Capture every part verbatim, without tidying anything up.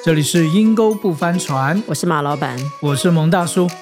这里是阴沟不翻船， 我是马老板， 我是蒙大叔。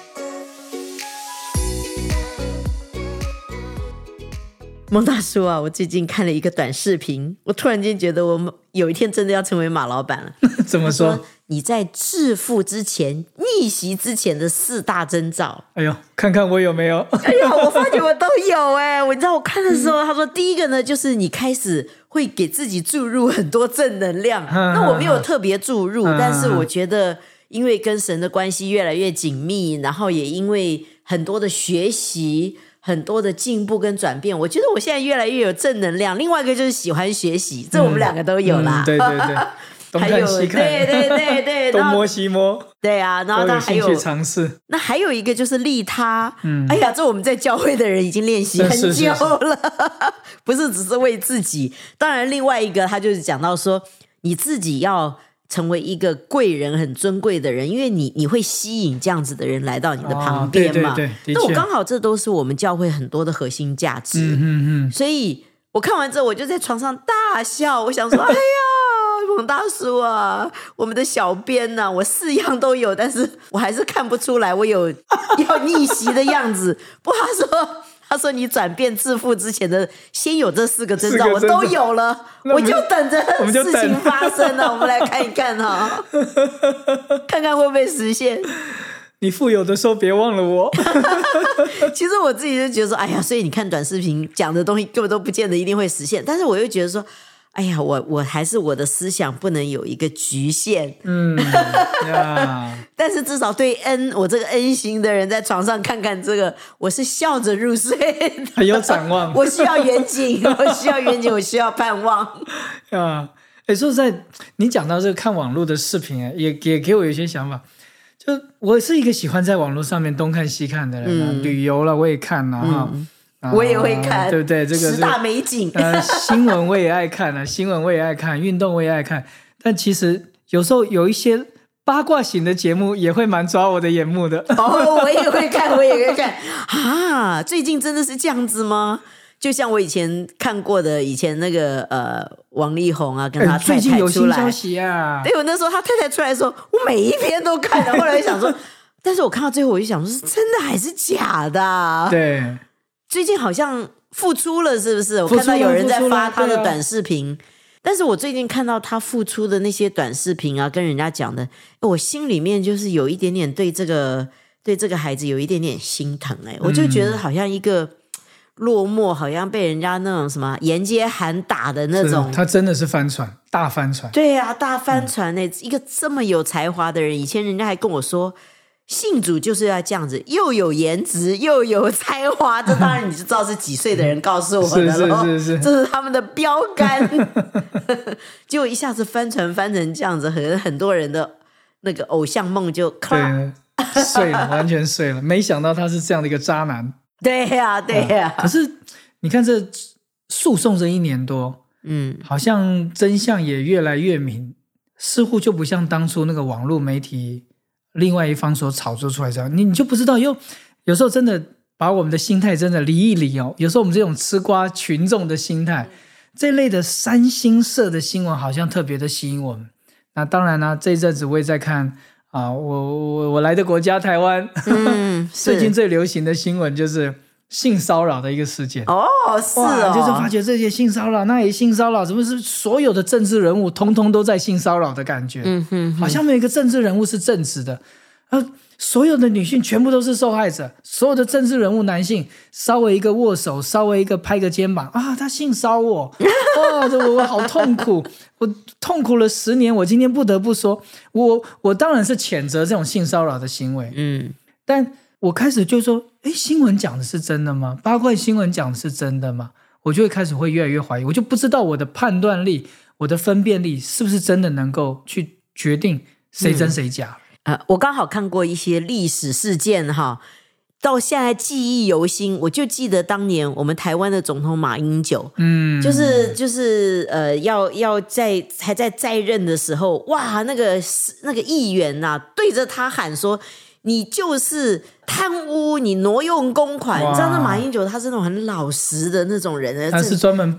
蒙大叔啊，我最近看了一个短视频，我突然间觉得我们有一天真的要成为马老板了。 怎么说？ 说你在致富之前、逆袭之前的四大征兆。 哎呦，看看我有没有？ 哎呀，我发觉我都有哎、欸！我你知道我看的时候，他说第一个呢，就是你开始会给自己注入很多正能量。那我没有特别注入，但是我觉得因为跟神的关系越来越紧密，然后也因为很多的学习。很多的进步跟转变，我觉得我现在越来越有正能量。另外一个就是喜欢学习，这我们两个都有啦。 嗯嗯、对对对，东看西看， 对对对对， 东摸西摸， 对啊，然后他还有兴趣尝试。 那还有一个就是利他，嗯，哎呀，这我们在教会的人已经练习很久了，是是是不是只是为自己。当然，另外一个他就是讲到说，你自己要成为一个贵人，很尊贵的人，因为你你会吸引这样子的人来到你的旁边嘛。 哦、对对对， 那我刚好这都是我们教会很多的核心价值。嗯嗯嗯。所以我看完之后，我就在床上大笑，我想说，哎呀，蒙大叔啊，我们的小编啊，我四样都有，但是我还是看不出来我有要逆袭的样子。不过他说。他说你转变致富之前的先有这四个征兆我都有了，我就等着事情发生了。我们来看一看哈，看看会不会实现。 你富有的时候别忘了我。 其实我自己就觉得说，哎呀，所以你看短视频讲的东西根本都不见得一定会实现，但是我又觉得说哎呀，我我还是我的思想不能有一个局限，嗯，但是至少对 N 我这个 N 型的人在床上看看这个，我是笑着入睡的， 很有展望。 我需要远景，我需要远景，我需要盼望啊！哎，说实在，你讲到这个看网络的视频，也也给我有一些想法。就我是一个喜欢在网络上面东看西看的人、啊嗯，旅游了我也看了、啊、哈。嗯我也会看、 啊、对不对？这个十大美景、 呃、新闻我也爱看啊，新闻我也爱看，运动我也爱看，但其实有时候有一些八卦型的节目也会蛮抓我的眼目的。 哦，我也会看，我也会看啊！最近真的是这样子吗？就像我以前看过的，以前那个呃王力宏啊，跟他太太出来， 最近有新消息啊！ 对，我那时候他太太出来的时候，我每一篇都看了，后来想说，但是我看到最后，我就想说，是真的还是假的、啊？ 对。 最近好像复出了，是不是？我看到有人在发他的短视频、啊、但是我最近看到他复出的那些短视频啊，跟人家讲的，我心里面就是有一点点对这个对这个孩子有一点点心疼哎、欸，我就觉得好像一个落寞，好像被人家那种什么沿街喊打的那种。 他真的是帆船，大帆船。 对啊，大帆船哎、欸嗯，一个这么有才华的人，以前人家还跟我说。信主就是要这样子，又有颜值又有才华，这当然你就知道是几岁的人告诉我的了。 是是是是， 这是他们的标杆。结果一下子翻船翻成这样子，很很多人的那个偶像梦就对碎了，完全碎了。没想到他是这样的一个渣男。 对呀、啊，对呀、啊。 可是你看这诉讼这一年多，嗯，好像真相也越来越明，似乎就不像当初那个网络媒体。另外一方所炒作出来这样，你你就不知道，又有时候真的把我们的心态真的理一理哦。有时候我们这种吃瓜群众的心态，这类的三星社的新闻好像特别的吸引我们。那当然呢，这一阵子我也在看啊，我我我来的国家台湾，嗯，最近最流行的新闻就是性骚扰的一个事件哦，是哦， 就是发觉这些性骚扰，那也性骚扰，怎么是所有的政治人物通通都在性骚扰的感觉？嗯哼哼，好像没有一个政治人物是正直的，呃，所有的女性全部都是受害者，所有的政治人物男性稍微一个握手，稍微一个拍个肩膀啊，他性骚我，哦，我我好痛苦，我痛苦了十年，我今天不得不说，我我当然是谴责这种性骚扰的行为，嗯，但。我开始就说，诶，新闻讲的是真的吗？八卦新闻讲的是真的吗？我就会开始会越来越怀疑，我就不知道我的判断力、我的分辨力是不是真的能够去决定谁真谁假。 嗯呃、我刚好看过一些历史事件哈，到现在记忆犹新。我就记得当年我们台湾的总统马英九，嗯，就是就是呃，要要在还在在任的时候，哇，那个那个议员呐、啊，对着他喊说。你就是贪污，你挪用公款，你知道那马英九他是那种很老实的那种人， 他是专门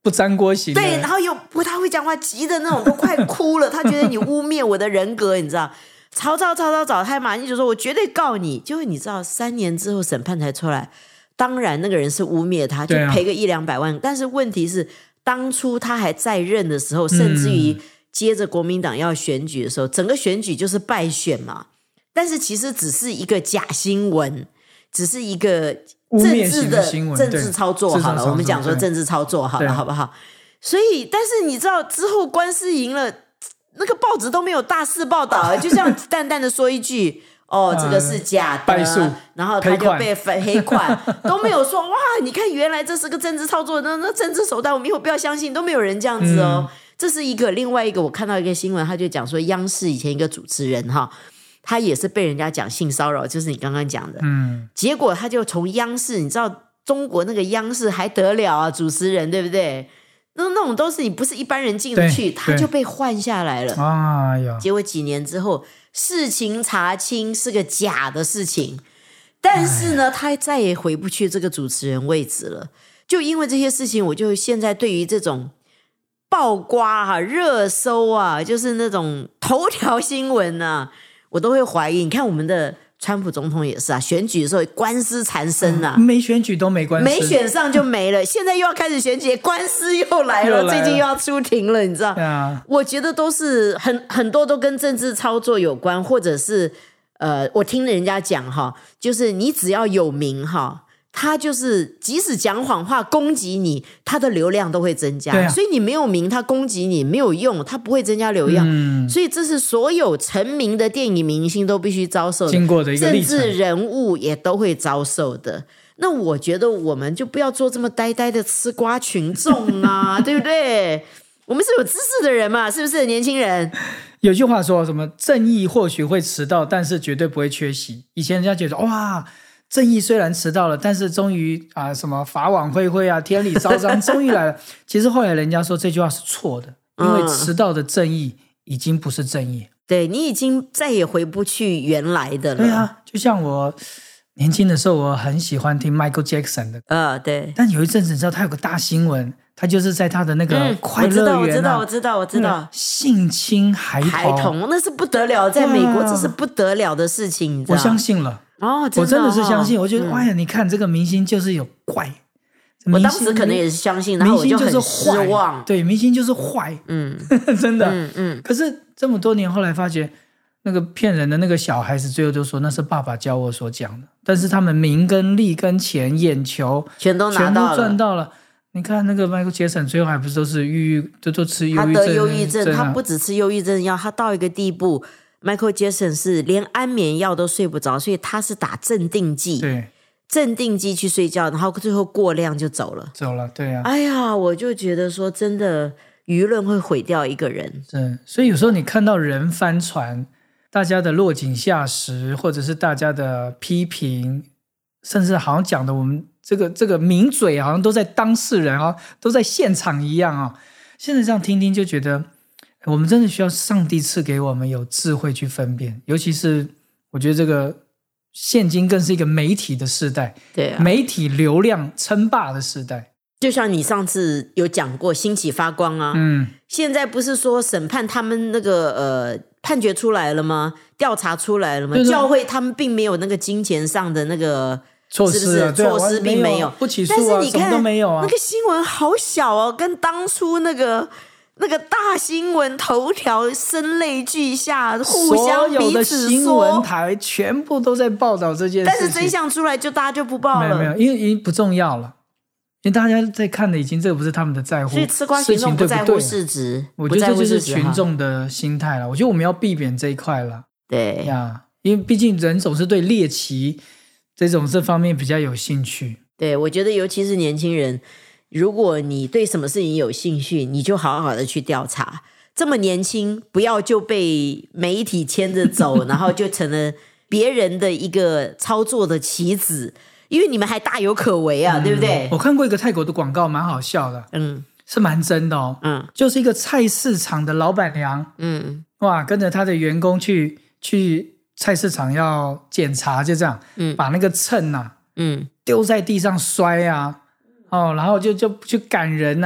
不粘锅型的， 对，然后又不太会讲话，急的那种都快哭了，他觉得你污蔑我的人格，你知道，吵吵吵吵吵，他马上就说我绝对告你，结果你知道三年之后审判才出来，当然那个人是污蔑他，就赔个一两百万，啊、但是问题是当初他还在任的时候，甚至于接着国民党要选举的时候，整个选举就是败选嘛，但是其实只是一个假新闻，只是一个政治的政治操作好了，我们讲说政治操作好了，好不好？所以，但是你知道之后官司赢了，那个报纸都没有大肆报道，就这样淡淡的说一句。哦，这个是假的， 呃、 然后他就被黑款，都没有说哇，你看原来这是个政治操作，那那政治手段我们以后不要相信，都没有人这样子哦。嗯、这是一个另外一个，我看到一个新闻，他就讲说央视以前一个主持人哈，他也是被人家讲性骚扰，就是你刚刚讲的，嗯，结果他就从央视，你知道中国那个央视还得了啊，主持人对不对？那那种都是你不是一般人进得去，他就被换下来了。哎呀，结果几年之后。事情查清是个假的事情，但是呢，他再也回不去这个主持人位置了。就因为这些事情，我就现在对于这种爆瓜啊、热搜啊，就是那种头条新闻啊，我都会怀疑。你看我们的川普总统也是啊，选举的时候官司缠身啊、 嗯，没选举都没官司， 没选上就没了。现在又要开始选举，官司又来了，最近又要出庭了，你知道？啊、我觉得都是很很多都跟政治操作有关，或者是呃，我听人家讲哈，就是你只要有名哈。他就是即使讲谎话攻击你，他的流量都会增加、啊、所以你没有名他攻击你没有用，他不会增加流量、嗯、所以这是所有成名的电影明星都必须遭受的， 经过的一个历程， 政治人物也都会遭受的。那我觉得我们就不要做这么呆呆的吃瓜群众啊对不对？我们是有知识的人嘛，是不是年轻人？ 有句话说什么正义或许会迟到，但是绝对不会缺席。以前人家觉得哇正义虽然迟到了，但是终于啊、呃、什么法网恢恢啊，天理昭彰，终于来了。其实后来人家说这句话是错的，因为迟到的正义已经不是正义。 嗯、对，你已经再也回不去原来的了。 对啊，就像我年轻的时候，我很喜欢听 Michael Jackson 的。 呃，对。 但有一阵子你知道他有个大新闻，他就是在他的那个快乐园、啊嗯、 我知道，我知道，我知道，我知道， 性侵孩童， 孩童那是不得了，在美国、啊、这是不得了的事情，你知道？ 我相信了。 哦， 真的哦，我真的是相信，我觉得，哎呀、嗯，你看这个明星就是有怪， 我当时可能也是相信，然后我就很失望。 对，明星就是坏，嗯，真的， 嗯嗯。 可是这么多年后来发觉，那个骗人的那个小孩子，最后就说那是爸爸教我所讲的，但是他们名跟利跟钱、眼球全都拿到了， 全都赚到了。你看那个 Michael Jackson 最后还不是都是郁郁，都都吃忧郁症， 他得忧郁症，他不只吃忧郁症药，他到一个地步。Michael Jackson 是连安眠药都睡不着，所以他是打镇定剂， 对， 镇定剂去睡觉，然后最后过量就走了， 走了，对啊。 哎呀，我就觉得说，真的，舆论会毁掉一个人。 是，所以有时候你看到人翻船，大家的落井下石，或者是大家的批评，甚至好像讲的我们这个这个名嘴好像都在当事人啊，都在现场一样啊。现在这样听听就觉得。我们真的需要上帝赐给我们有智慧去分辨，尤其是我觉得这个现今更是一个媒体的时代， 对啊， 媒体流量称霸的时代。 就像你上次有讲过兴起发光啊，嗯，现在不是说审判他们那个呃判决出来了吗？调查出来了吗？教会他们并没有那个金钱上的那个措施、啊， 是不是措施并没有不起诉啊， 但是你看什么都没有啊。 那个新闻好小哦，跟当初那个。那个大新闻头条声泪俱下，互相彼此说，所有的新闻台全部都在报道这件事情， 但是真相出来就大家就不报了， 没有没有，因为已经不重要了，因为大家在看的已经这个不是他们的在乎， 所以吃瓜群众不在乎事实， 我觉得这就是群众的心态了。我觉得我们要避免这一块了， 对呀，因为毕竟人总是对猎奇这种这方面比较有兴趣。 对，我觉得尤其是年轻人。如果你对什么事情有兴趣，你就好好的去调查。这么年轻，不要就被媒体牵着走，然后就成了别人的一个操作的棋子。因为你们还大有可为啊，嗯、对不对？ 我看过一个泰国的广告，蛮好笑的，嗯，是蛮真的哦，嗯，就是一个菜市场的老板娘，嗯，哇，跟着他的员工去去菜市场要检查，就这样，嗯，把那个秤啊，嗯，丢在地上摔啊。哦，然后就就去赶人啊，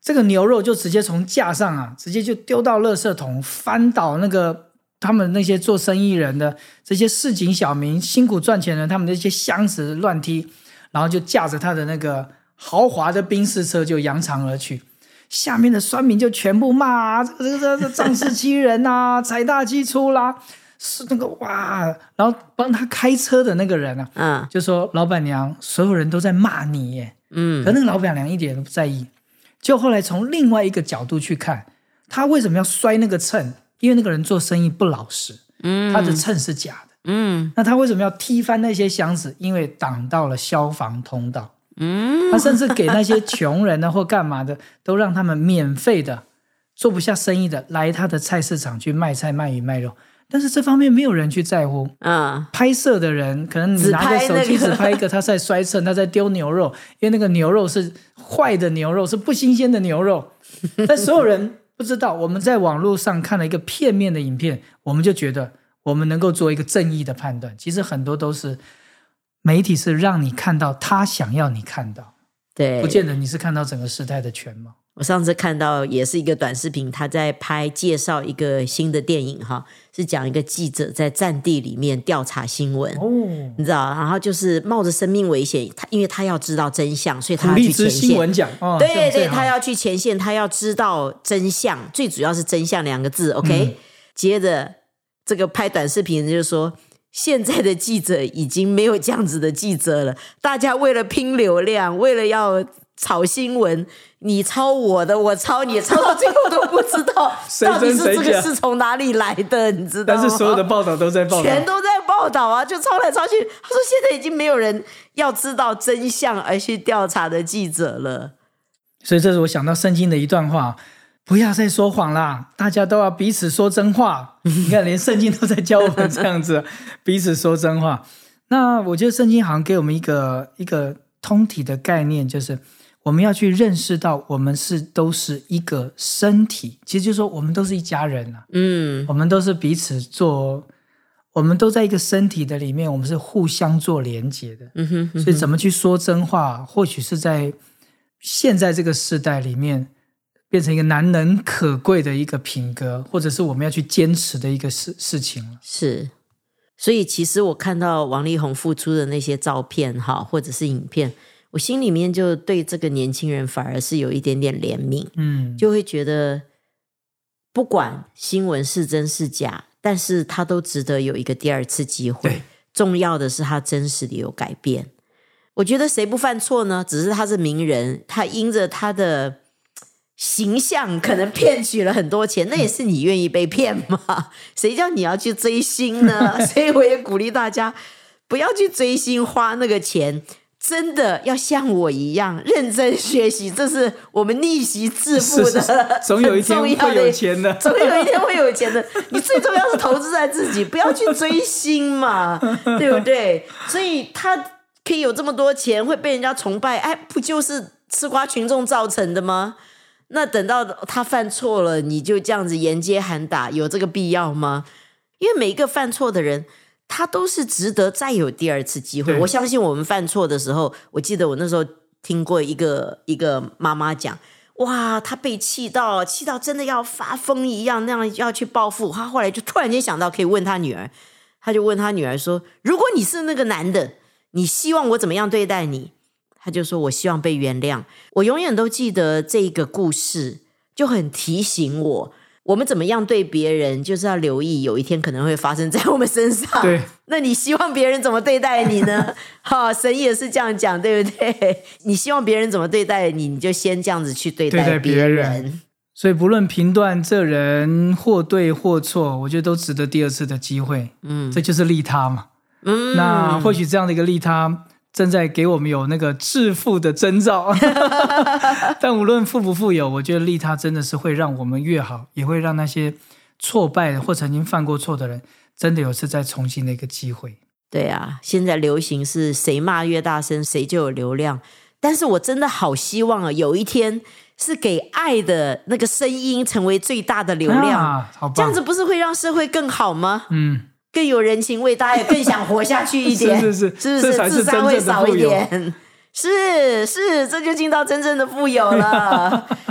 这个牛肉就直接从架上啊，直接就丢到垃圾桶，翻倒那个他们那些做生意人的这些市井小民辛苦赚钱人，他们那些箱子乱踢，然后就驾着他的那个豪华的宾士车就扬长而去。下面的酸民就全部骂啊，这个这个仗势欺人啊，财大气粗啦，是那个哇，然后帮他开车的那个人啊，嗯，就说老板娘，所有人都在骂你耶，嗯，可那个老板娘一点都不在意。就后来从另外一个角度去看，他为什么要摔那个秤？因为那个人做生意不老实，嗯，他的秤是假的，嗯，那他为什么要踢翻那些箱子？因为挡到了消防通道。嗯，他甚至给那些穷人呢或干嘛的都让他们免费的做不下生意的来他的菜市场去卖菜卖鱼卖肉，但是这方面没有人去在乎。嗯，拍摄的人可能你拿个手机只拍一个他在摔秤，他在丢牛肉，因为那个牛肉是坏的牛肉，是不新鲜的牛肉，但所有人不知道。我们在网络上看了一个片面的影片，我们就觉得我们能够做一个正义的判断，其实很多都是媒体是让你看到他想要你看到，对，不见得你是看到整个事态的全貌。 我上次看到也是一个短视频，他在拍介绍一个新的电影哈，是讲一个记者在战地里面调查新闻，哦，你知道，然后就是冒着生命危险，他因为他要知道真相，所以他要去前线。 新闻奖，哦， 对对，他要去前线，他要知道真相，最主要是真相两个字 ，OK？嗯，接着这个拍短视频就是说，现在的记者已经没有这样子的记者了，大家为了拼流量，为了要炒新闻，你抄我的，我抄你，抄到最后都不知道到底是这个是从哪里来的，你知道吗？ 但是所有的报道都在报道， 全都在报道啊，就抄来抄去。他说现在已经没有人要知道真相而去调查的记者了。 所以这是我想到圣经的一段话，不要再说谎啦，大家都要彼此说真话。你看连圣经都在教我们这样子彼此说真话。那我觉得圣经好像给我们一个一个通体的概念，就是我们要去认识到我们是都是一个身体，其实就是说我们都是一家人啊，嗯，我们都是彼此做，我们都在一个身体的里面，我们是互相做连结的，嗯哼，嗯哼，所以怎么去说真话，或许是在现在这个时代里面变成一个难能可贵的一个品格，或者是我们要去坚持的一个事事情了。 是，所以其实我看到王力宏复出的那些照片哈，或者是影片，我心里面就对这个年轻人反而是有一点点怜悯，嗯，就会觉得不管新闻是真是假，但是他都值得有一个第二次机会，重要的是他真实的有改变。我觉得谁不犯错呢？只是他是名人，他因着他的形象可能骗取了很多钱，那也是你愿意被骗吗？谁叫你要去追星呢？所以我也鼓励大家不要去追星花那个钱，真的要像我一样认真学习，这是我们逆袭致富的，是是是， 总有一天会有钱的， 总有一天会有钱的。你最重要是投资在自己，不要去追星嘛，对不对？所以他可以有这么多钱，会被人家崇拜，哎，不就是吃瓜群众造成的吗？那等到他犯错了，你就这样子沿街喊打，有这个必要吗？因为每一个犯错的人，他都是值得再有第二次机会。我相信我们犯错的时候，我记得我那时候听过一个一个妈妈讲，哇，她被气到气到真的要发疯一样，那样要去报复。她后来就突然间想到可以问她女儿，她就问她女儿说，如果你是那个男的，你希望我怎么样对待你？他就说，我希望被原谅。我永远都记得这个故事，就很提醒我，我们怎么样对别人，就是要留意有一天可能会发生在我们身上。 对， 那你希望别人怎么对待你呢？哈，神也是这样讲，对不对？你希望别人怎么对待你，你就先这样子去对待别人。 对待别人。所以不论评断这人或对或错，我觉得都值得第二次的机会。嗯，这就是利他嘛。嗯，那或许这样的一个利他正在给我们有那个致富的征兆但无论富不富有，我觉得利他真的是会让我们越好，也会让那些挫败或曾经犯过错的人真的有次再重新的一个机会。 对啊，现在流行是谁骂越大声谁就有流量，但是我真的好希望啊，有一天是给爱的那个声音成为最大的流量、啊、好棒，这样子不是会让社会更好吗？嗯，更有人情味，大家也更想活下去一点是是是， 是不是智商会少一点？是是，这就进到真正的富有了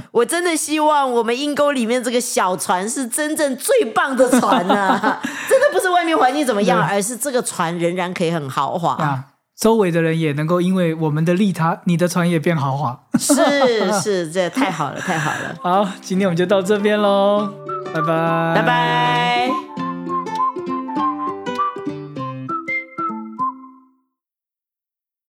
我真的希望我们阴沟里面这个小船是真正最棒的船啊真的不是外面环境怎么样，而是这个船仍然可以很豪华啊， 周围的人也能够因为我们的利他，你的船也变豪华。 是是，这太好了太好了。 好，今天我们就到这边咯，拜拜拜拜。